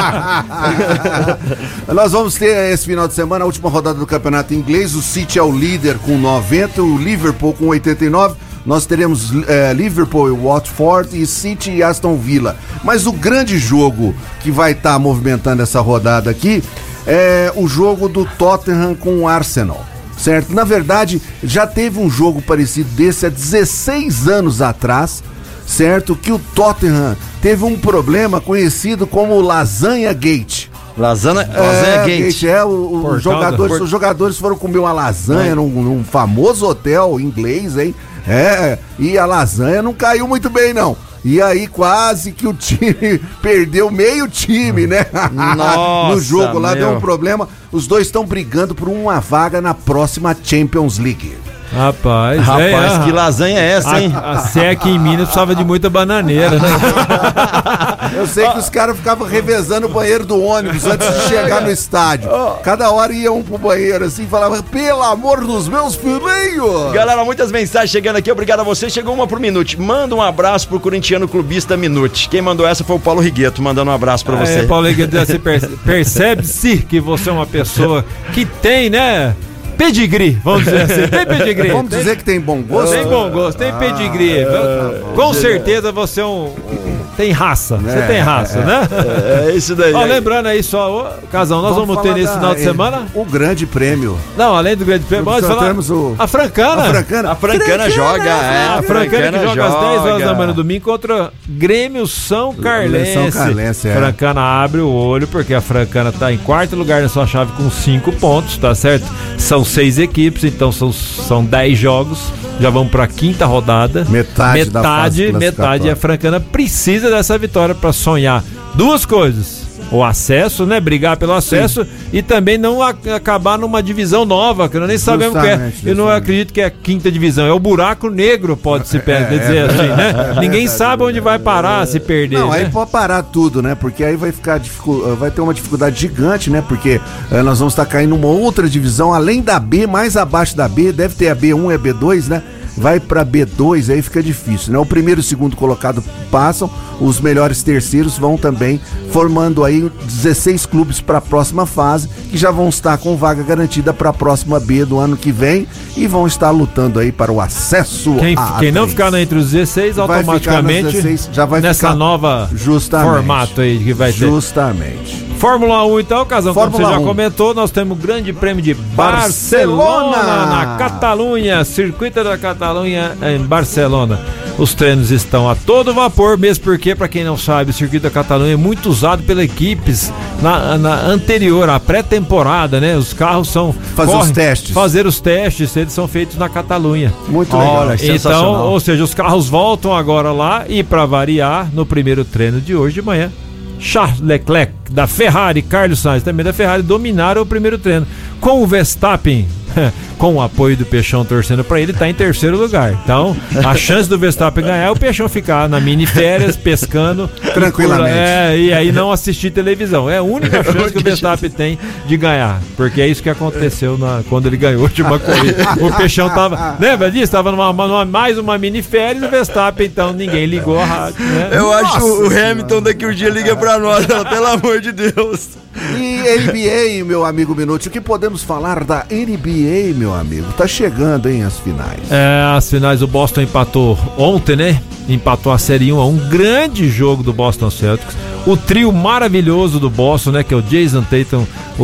Nós vamos ter esse final de semana a última rodada do campeonato inglês. O City é o líder com 90, o Liverpool com 89. Nós teremos Liverpool e Watford e City e Aston Villa. Mas o grande jogo que vai estar movimentando essa rodada aqui é o jogo do Tottenham com o Arsenal, certo? Na verdade, já teve um jogo parecido desse há 16 anos atrás, certo? Que o Tottenham teve um problema conhecido como Lasanha Gate. Lasanha Gate. Os jogadores foram comer uma lasanha num famoso hotel inglês, hein? E a lasanha não caiu muito bem, não. E aí quase que o time perdeu meio time, né? Nossa, no jogo lá deu um problema. Os dois estão brigando por uma vaga na próxima Champions League. Rapaz, que lasanha é essa, hein? Se é aqui em Minas precisava de muita bananeira, né? Eu sei que os caras ficavam revezando o banheiro do ônibus antes de chegar no estádio. Cada hora ia um pro banheiro assim e falava, pelo amor dos meus filhinhos. Galera, muitas mensagens chegando aqui, obrigado a você. Chegou uma por Minute. Manda um abraço pro corintiano clubista Minute. Quem mandou essa foi o Paulo Rigueto, mandando um abraço pra você. Paulo Rigueto, você percebe-se que você é uma pessoa que tem, né? Pedigree, vamos dizer assim, tem pedigree. Vamos dizer que tem bom gosto? Tem bom gosto, tem pedigree. Com certeza você tem raça, você tem raça, né? É isso daí. Lembrando aí só, Casão, nós vamos ter nesse final de semana o grande prêmio. Não, além do grande prêmio, nós temos a Francana. A Francana joga, a Francana que joga às 10 horas da manhã no domingo contra Grêmio São Carlense. Francana abre o olho porque a Francana tá em quarto lugar na sua chave com 5 pontos, tá certo? São 6 equipes, então são 10 jogos. Já vamos para a quinta rodada. Metade. A Francana precisa dessa vitória para sonhar duas coisas. O acesso, né? Brigar pelo acesso e também não acabar numa divisão nova, que nós nem sabemos o que é. Eu não acredito que é a quinta divisão, é o buraco negro, pode-se dizer assim, né? Ninguém sabe onde vai parar se perder. Não, aí pode parar tudo, né? Porque aí vai ter uma dificuldade gigante, né? Porque nós vamos estar caindo numa outra divisão, além da B, mais abaixo da B, deve ter a B1 e a B2, né? Vai pra B2, aí fica difícil, né? O primeiro e o segundo colocado passam, os melhores terceiros vão também, formando aí 16 clubes para a próxima fase, que já vão estar com vaga garantida para a próxima B do ano que vem e vão estar lutando aí para o acesso Quem não ficar entre os 16, automaticamente 16, já vai nessa nova formato aí que vai ter. Justamente. Fórmula 1 então, Casão, como você já comentou, nós temos o grande prêmio de Barcelona na Catalunha, circuito da Catalunha em Barcelona. Os treinos estão a todo vapor, mesmo porque, para quem não sabe, o circuito da Catalunha é muito usado pelas equipes na anterior, a pré-temporada, né? Os carros são... Fazer os testes, eles são feitos na Catalunha. Muito legal. Então, ou seja, os carros voltam agora lá e, para variar, no primeiro treino de hoje de manhã, Charles Leclerc da Ferrari, Carlos Sainz também da Ferrari, dominaram o primeiro treino. Com o Verstappen, com o apoio do Peixão torcendo pra ele, tá em terceiro lugar. Então, a chance do Verstappen ganhar é o Peixão ficar na mini férias, pescando tranquilamente. E aí não assistir televisão. É a única chance que o Verstappen tem de ganhar, porque é isso que aconteceu quando ele ganhou a última corrida. O Peixão tava, lembra disso? Tava mais uma mini férias, o Verstappen, então ninguém ligou a rádio, né? Eu acho que o Hamilton daqui um dia liga pra nós, pelo amor de Deus. E NBA, meu amigo Minuti, o que podemos falar da NBA, meu amigo? Tá chegando, hein, as finais. As finais, o Boston empatou ontem, né? Empatou a série 1 a um grande jogo do Boston Celtics. O trio maravilhoso do Boston, né? Que é o Jason Tatum,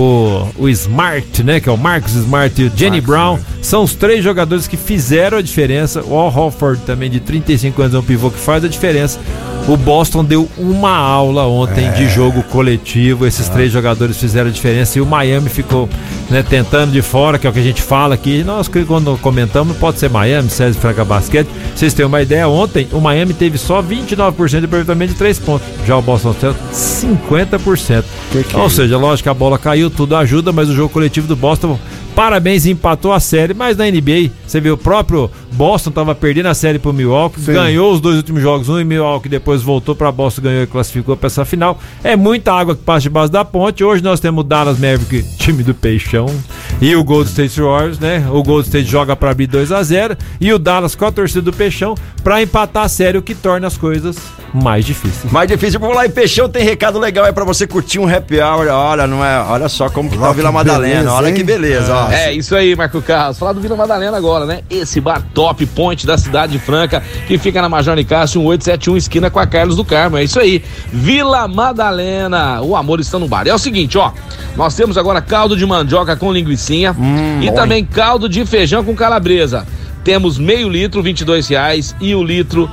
o Smart, né? Que é o Marcus Smart e o Jenny Brown. São os três jogadores que fizeram a diferença. O Al Horford também, de 35 anos, é um pivô que faz a diferença. O Boston deu uma aula ontem de jogo coletivo. Esses três jogadores fizeram a diferença. E o Miami ficou, né, tentando de fora, que é o que a gente fala aqui. Nós, quando comentamos, pode ser Miami, César Franca Basquete. Vocês têm uma ideia, ontem o Miami teve só 29% de aproveitamento de 3 pontos. Já o Boston Celtics, 50%. Ou seja, lógico que a bola caiu, tudo ajuda, mas o jogo coletivo do Boston... Parabéns, empatou a série, mas na NBA, você vê, o próprio Boston estava perdendo a série pro Milwaukee, ganhou os dois últimos jogos, um em Milwaukee, depois voltou para Boston, ganhou e classificou para essa final. É muita água que passa debaixo da ponte. Hoje nós temos o Dallas Mavericks, time do Peixão, e o Golden State Warriors, né? O Golden State joga para abrir 2-0 e o Dallas com a torcida do Peixão para empatar a série, o que torna as coisas mais difíceis. Mais difícil. Vamos lá, e Peixão tem recado legal aí para você curtir um happy hour. Olha só como que tá o Vila Madalena, beleza, olha que beleza, ó. É isso aí, Marco Carlos. Falar do Vila Madalena agora, né? Esse bar top point da cidade de Franca, que fica na Major Nicásio 1871, esquina com a Carlos do Carmo. É isso aí, Vila Madalena. O amor está no bar. É o seguinte, ó. Nós temos agora caldo de mandioca com linguicinha e também caldo de feijão com calabresa. Temos meio litro, R$22, e o litro,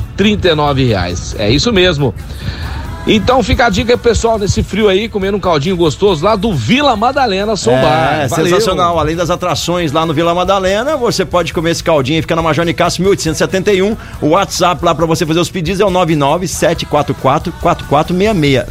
R$39. É isso mesmo. Então fica a dica, pessoal, nesse frio aí, comendo um caldinho gostoso lá do Vila Madalena Bar. É sensacional. Além das atrações lá no Vila Madalena, você pode comer esse caldinho e fica na Major Nicásio 1871. O WhatsApp lá pra você fazer os pedidos é o 997444466.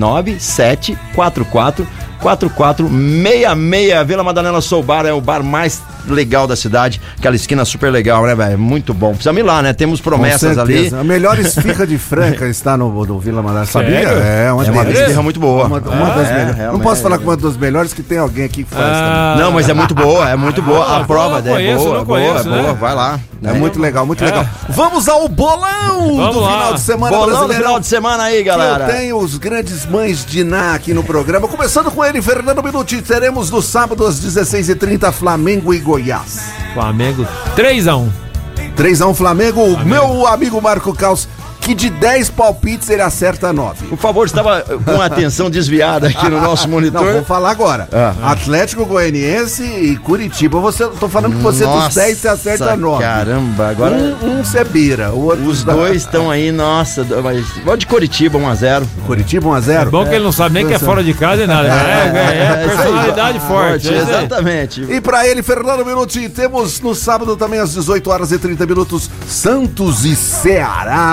997444466. Vila Madalena Bar é o bar mais legal da cidade, aquela esquina super legal, né, velho? Muito bom. Precisamos ir lá, né? Temos promessas ali. A melhor esfirra de Franca está no Vila Madalena, sabia? É uma esfirra muito boa. Uma das melhores. Não posso falar que uma das melhores, que tem alguém aqui que faz também. Não, mas é muito boa, é muito boa. A prova é boa, vai lá. É muito legal, muito legal. Vamos ao bolão do final de semana brasileiro. Bolão do final de semana aí, galera. Eu tenho os grandes mães de Ná aqui no programa, começando com ele, Fernando Minuti. Teremos no sábado às 16h30 Flamengo e Goiás. Flamengo 3-1. 3-1 Flamengo. Meu amigo Marco Caos, que de 10 palpites ele acerta 9. Por favor, estava com a atenção desviada aqui no nosso monitor. Não, vou falar agora. Atlético Goianiense e Curitiba. Tô falando que você dos 10 você acerta 9. Caramba, agora. Um você bira. Os dois estão aí, nossa. Mas vou de Curitiba, 1-0. Curitiba, 1-0. É bom que ele não sabe nem que é fora de casa e nada. É personalidade forte. Exatamente. E pra ele, Fernando Minuti, temos no sábado também às 18h30 Santos e Ceará, lá na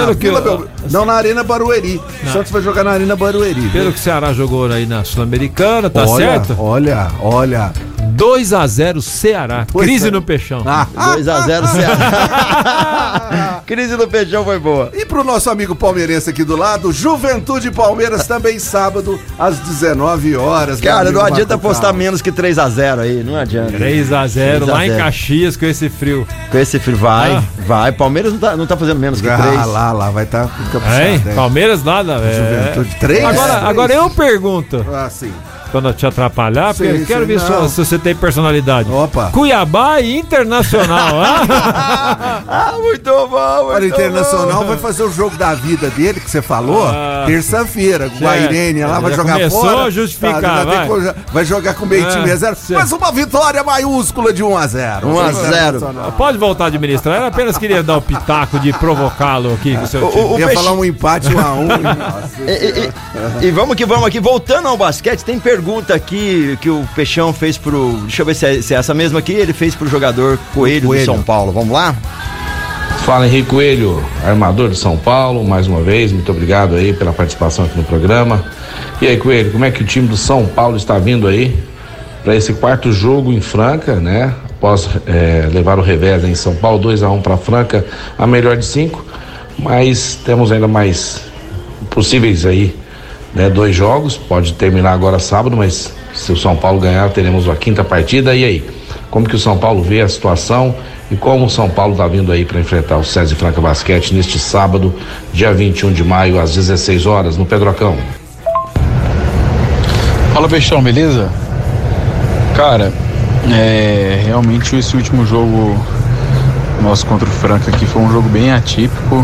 Não, na Arena Barueri. O Santos vai jogar na Arena Barueri. Pelo que o Ceará jogou aí na Sul-Americana, tá certo? Olha. 2-0 Ceará. Crise no Peixão. 2-0 Ceará. Crise no Peixão foi boa. E pro nosso amigo palmeirense aqui do lado, Juventude Palmeiras também sábado às 19 horas. Cara, não adianta apostar menos que 3-0 aí, não adianta. 3-0 lá em Caxias com esse frio. Com esse frio, vai. Palmeiras não tá fazendo menos que 3. Lá vai estar Palmeiras nada, Juventude 3. Agora eu pergunto. Sim. Quando eu te atrapalhar, porque eu quero ver se você tem personalidade. Opa. Cuiabá e Internacional. Muito bom. Olha, o Internacional vai fazer o jogo da vida dele, que você falou, terça-feira. Com a Irene lá, vai jogar começou fora. A justificar, vai jogar com meio time a 0. Mas uma vitória maiúscula de 1-0. 1-0. Pode voltar a administrar. Eu apenas queria dar o pitaco de provocá-lo aqui com o seu time. Ia falar um empate 1-1. E vamos aqui. Voltando ao basquete, tem pergunta aqui que o Peixão fez pro... Deixa eu ver se é essa mesma aqui. Ele fez pro jogador Coelho do São Paulo. Vamos lá? Fala, Henrique Coelho, armador de São Paulo, mais uma vez, muito obrigado aí pela participação aqui no programa. E aí, Coelho, como é que o time do São Paulo está vindo aí para esse quarto jogo em Franca, né? Após levar o revés em São Paulo, 2-1 para Franca, a melhor de 5, mas temos ainda mais possíveis aí, né? 2 jogos, pode terminar agora sábado, mas se o São Paulo ganhar, teremos a 5ª partida. E aí, como que o São Paulo vê a situação e como o São Paulo está vindo aí para enfrentar o SESI Franca Basquete neste sábado, dia 21 de maio, às 16 horas, no Pedrocão? Fala, Peixão, beleza? Cara, realmente esse último jogo nosso contra o Franca aqui foi um jogo bem atípico.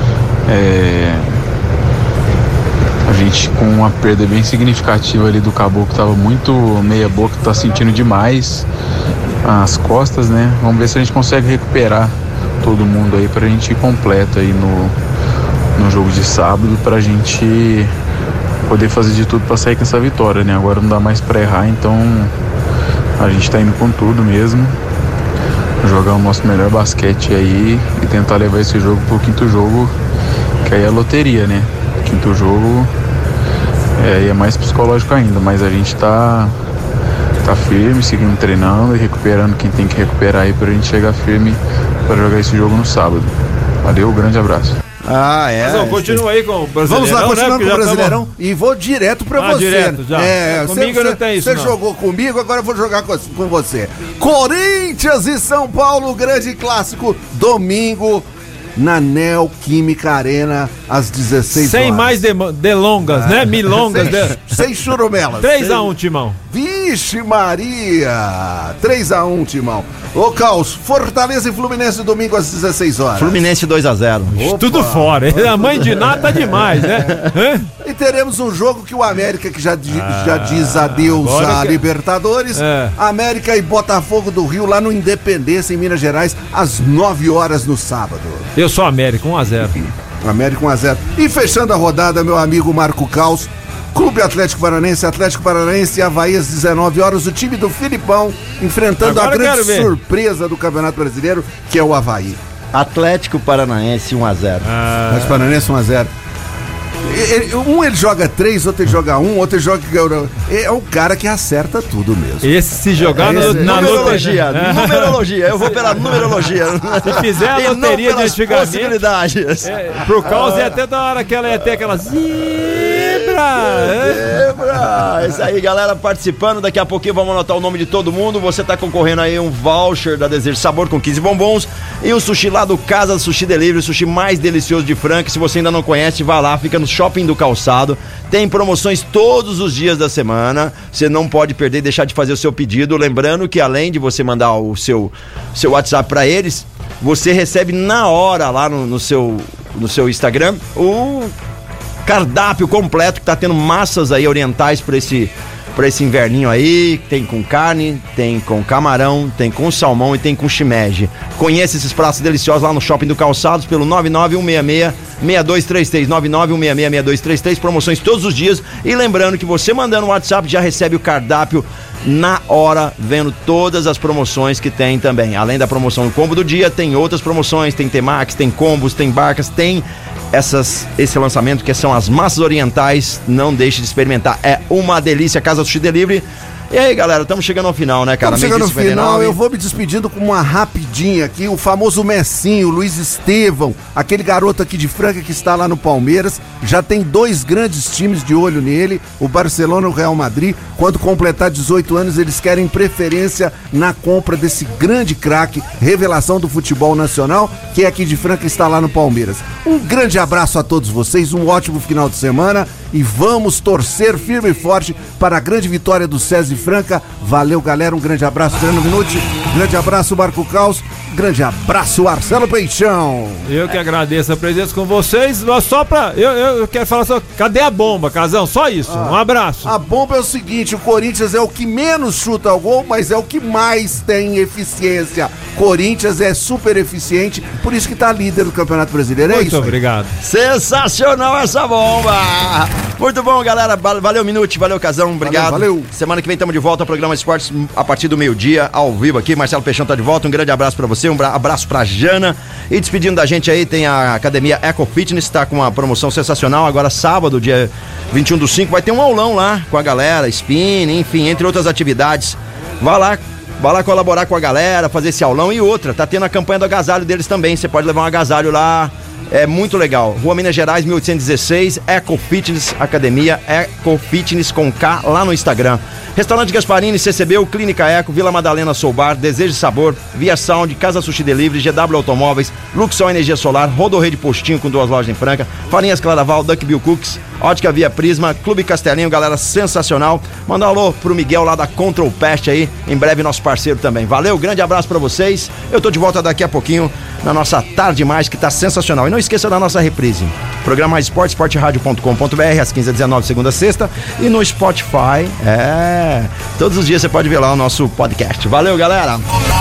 A gente com uma perda bem significativa ali do Caboclo, tava muito meia boca, tá sentindo demais as costas, né? Vamos ver se a gente consegue recuperar todo mundo aí pra gente ir completo aí no jogo de sábado, pra gente poder fazer de tudo pra sair com essa vitória, né? Agora não dá mais pra errar, então a gente tá indo com tudo mesmo, jogar o nosso melhor basquete aí e tentar levar esse jogo pro 5º jogo, que aí é a loteria, né? 5º jogo é mais psicológico ainda, mas a gente tá firme, seguindo treinando e recuperando quem tem que recuperar aí pra gente chegar firme pra jogar esse jogo no sábado. Valeu, grande abraço. Mas continua aí com o Brasileirão. Vamos lá, continuando com o Brasileirão. E vou direto pra você. Direto, já. Comigo não tem isso. Você jogou comigo, agora eu vou jogar com você. Corinthians e São Paulo, grande clássico, domingo, na Neoquímica Arena, às 16 horas. Sem mais delongas, né? Milongas. Sem churumelas. 3-1, Timão. Vixe Maria! 3-1, Timão. Ô, Caos, Fortaleza e Fluminense domingo às 16 horas. Fluminense 2-0. Tudo fora. A mãe de Ná tá demais, né? E teremos um jogo que o América, que já diz adeus à Libertadores. América e Botafogo do Rio, lá no Independência, em Minas Gerais, às 9 horas no sábado. Eu sou América, 1-0. América 1-0. E fechando a rodada, meu amigo Marco Caos, Clube Atlético Paranaense e Avaí às 19 horas, o time do Filipão enfrentando agora a grande surpresa do Campeonato Brasileiro, que é o Avaí. Atlético Paranaense 1-0. Atlético Paranaense 1-0. Ele joga 3, outro ele joga 1, outro ele joga... É o cara que acerta tudo mesmo. Esse se jogar na numerologia. Numerologia, eu vou pela numerologia. Se fizer a loteria de antigamente, possibilidades. Por causa até da hora que ela ia ter aquela zebra. Isso aí, galera, participando. Daqui a pouquinho vamos anotar o nome de todo mundo. Você tá concorrendo aí um voucher da Desejo Sabor com 15 bombons e um sushi lá do Casa Sushi Delivery, o sushi mais delicioso de Franca. Se você ainda não conhece, vá lá, fica no Shopping do Calçado. Tem promoções todos os dias da semana. Você não pode perder e deixar de fazer o seu pedido. Lembrando que além de você mandar o seu WhatsApp para eles, você recebe na hora lá no seu Instagram o cardápio completo, que tá tendo massas aí orientais para esse inverninho aí. Tem com carne, tem com camarão, tem com salmão e tem com shimeji. Conheça esses pratos deliciosos lá no Shopping do Calçados pelo 99166-6233, 99166-6233, promoções todos os dias. E lembrando que você mandando o WhatsApp já recebe o cardápio na hora, vendo todas as promoções que tem também. Além da promoção do combo do dia, tem outras promoções, tem Temax, tem combos, tem barcas, tem esse lançamento que são as massas orientais, não deixe de experimentar, é uma delícia. Casa Sushi Delivery. E aí, galera, estamos chegando ao final, né, cara? Estamos chegando ao final, eu vou me despedindo com uma rapidinha aqui, o famoso Messinho, o Luiz Estevão, aquele garoto aqui de Franca que está lá no Palmeiras, já tem 2 grandes times de olho nele, o Barcelona e o Real Madrid. Quando completar 18 anos, eles querem preferência na compra desse grande craque, revelação do futebol nacional, que é aqui de Franca e está lá no Palmeiras. Um grande abraço a todos vocês, um ótimo final de semana e vamos torcer firme e forte para a grande vitória do César Franca. Valeu, galera, um grande abraço, Fernando Minuti, grande abraço, Marco Caos, grande abraço, Marcelo Peixão. Eu que agradeço a presença com vocês. Só pra. Eu quero falar só. Cadê a bomba, Casão? Só isso. Um abraço. A bomba é o seguinte: o Corinthians é o que menos chuta ao gol, mas é o que mais tem eficiência. Corinthians é super eficiente, por isso que tá líder do Campeonato Brasileiro. Muito obrigado. Sensacional essa bomba. Muito bom, galera. Valeu, Minuti. Valeu, Casão. Obrigado. Valeu. Semana que vem estamos de volta ao programa Esportes a partir do meio-dia, ao vivo aqui. Marcelo Peixão tá de volta. Um grande abraço pra você, um abraço pra Jana. E despedindo da gente aí, tem a Academia Eco Fitness, tá com uma promoção sensacional. Agora, sábado, dia 21/5, vai ter um aulão lá com a galera, spinning, enfim, entre outras atividades. Vai lá colaborar com a galera, fazer esse aulão. E outra, tá tendo a campanha do agasalho deles também. Você pode levar um agasalho lá. É muito legal. Rua Minas Gerais, 1816, Eco Fitness, Academia Eco Fitness com K lá no Instagram. Restaurante Gasparini, CCB, Clínica Eco, Vila Madalena Soubar, Desejo de Sabor, Via Sound, Casa Sushi Delivery, GW Automóveis, Luxol Energia Solar, Rodorreio de Postinho com 2 lojas em Franca, Farinhas Claraval, Duck Bill Cooks, Ótica Via Prisma, Clube Castelinho, galera sensacional. Manda um alô pro Miguel lá da Control Pest aí, em breve nosso parceiro também. Valeu, grande abraço pra vocês. Eu tô de volta daqui a pouquinho na nossa Tarde Mais, que tá sensacional. E não esqueça da nossa reprise. Programa Mais Esporte, esporteradio.com.br, às 15h19, segunda a sexta. E no Spotify, todos os dias você pode ver lá o nosso podcast. Valeu, galera!